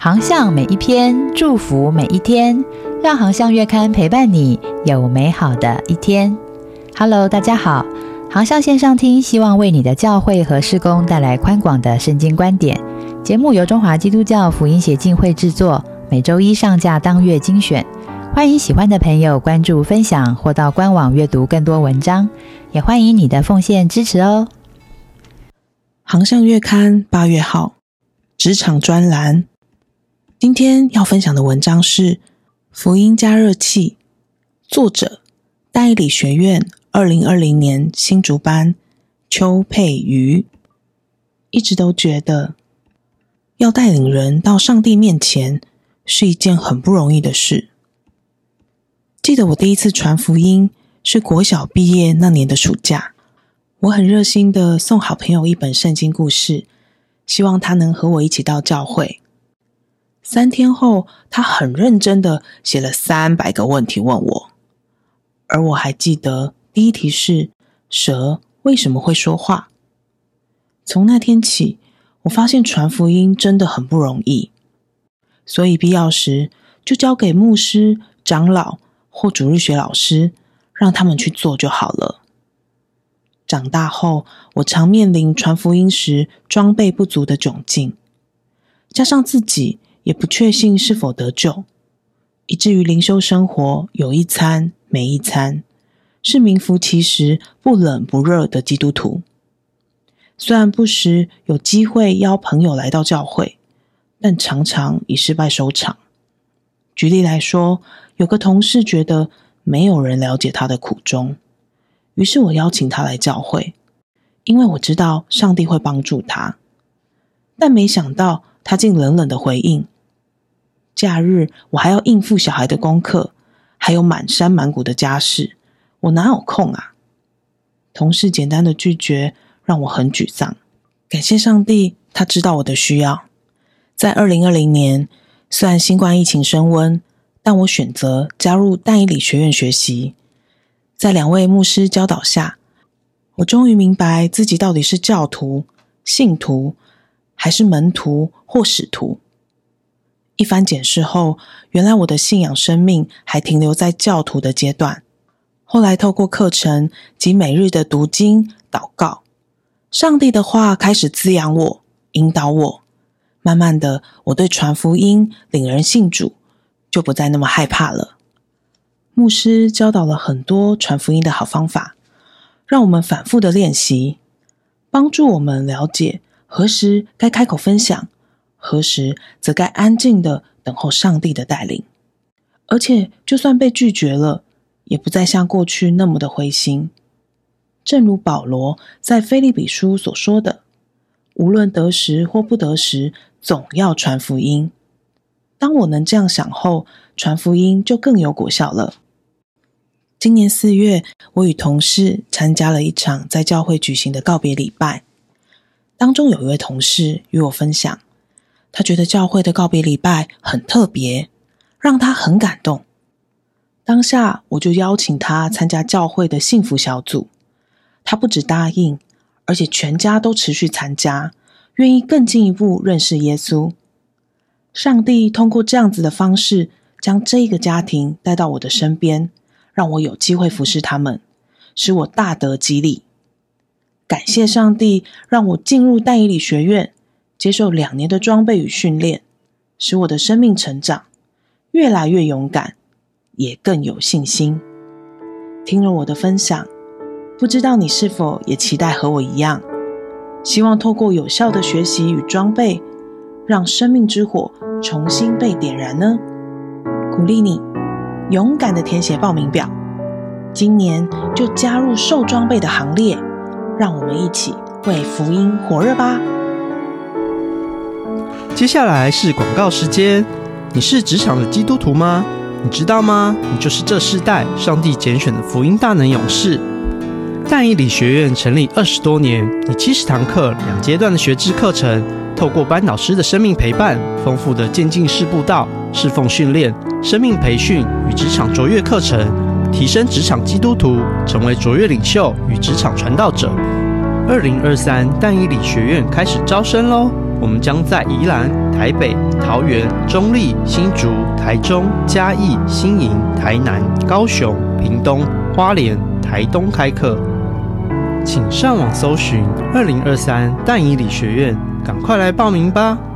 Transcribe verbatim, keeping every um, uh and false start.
航向每一篇，祝福每一天，让航向月刊陪伴你有美好的一天。Hello， 大家好，航向线上听，希望为你的教会和事工带来宽广的圣经观点。节目由中华基督教福音协进会制作，每周一上架当月精选。欢迎喜欢的朋友关注分享，或到官网阅读更多文章，也欢迎你的奉献支持哦。 航向月刊八月号职场专栏，今天要分享的文章是福音加热器，作者但以理学院二零二零年新竹班邱佩瑜。一直都觉得要带领人到上帝面前是一件很不容易的事。记得我第一次传福音是国小毕业那年的暑假，我很热心的送好朋友一本圣经故事，希望他能和我一起到教会。三天后，他很认真的写了三百个问题问我，而我还记得第一题是蛇为什么会说话。从那天起，我发现传福音真的很不容易，所以必要时就交给牧师、长老或主日学老师，让他们去做就好了。长大后，我常面临传福音时装备不足的窘境，加上自己也不确信是否得救，以至于灵修生活有一餐没一餐，是名副其实不冷不热的基督徒。虽然不时有机会邀朋友来到教会，但常常以失败收场。举例来说，有个同事觉得没有人了解他的苦衷，于是我邀请他来教会，因为我知道上帝会帮助他。但没想到他竟冷冷的回应，假日我还要应付小孩的功课，还有满山满谷的家事，我哪有空啊？同事简单的拒绝让我很沮丧。感谢上帝，他知道我的需要。在二零二零年，虽然新冠疫情升温，但我选择加入但以理学院学习。在两位牧师教导下，我终于明白自己到底是教徒、信徒，还是门徒或使徒。一番检视后，原来我的信仰生命还停留在教徒的阶段。后来透过课程及每日的读经、祷告，上帝的话开始滋养我、引导我。慢慢的，我对传福音、领人信主就不再那么害怕了。牧师教导了很多传福音的好方法，让我们反复的练习，帮助我们了解何时该开口分享，何时则该安静的等候上帝的带领。而且就算被拒绝了，也不再像过去那么的灰心。正如保罗在腓立比书所说的，无论得时或不得时，总要传福音。当我能这样想后，传福音就更有果效了。今年四月，我与同事参加了一场在教会举行的告别礼拜。当中有一位同事与我分享，他觉得教会的告别礼拜很特别，让他很感动。当下我就邀请他参加教会的幸福小组。他不只答应，而且全家都持续参加，愿意更进一步认识耶稣。上帝通过这样子的方式，将这一个家庭带到我的身边，让我有机会服侍他们，使我大得激励。感谢上帝，让我进入但以理学院，接受两年的装备与训练，使我的生命成长，越来越勇敢，也更有信心。听了我的分享，不知道你是否也期待和我一样，希望透过有效的学习与装备，让生命之火重新被点燃呢？鼓励你勇敢的填写报名表，今年就加入受装备的行列，让我们一起为福音火热吧。 接下来是广告时间。你是职场的基督徒吗？你知道吗？你就是这世代上帝拣选的福音大能勇士。但以理学院成立二十多年，以七十堂课、两阶段的学制课程，透过班导师的生命陪伴、丰富的渐进式布道、侍奉训练、生命培训与职场卓越课程，提升职场基督徒，成为卓越领袖与职场传道者。二零二三但以理学院开始招生喽！我们将在宜兰、台北、 桃园、中立、新竹、台中、嘉义、新营、台南、高雄、屏东、花莲、台东开课。请上网搜寻二零二三淡宜理学院，赶快来报名吧！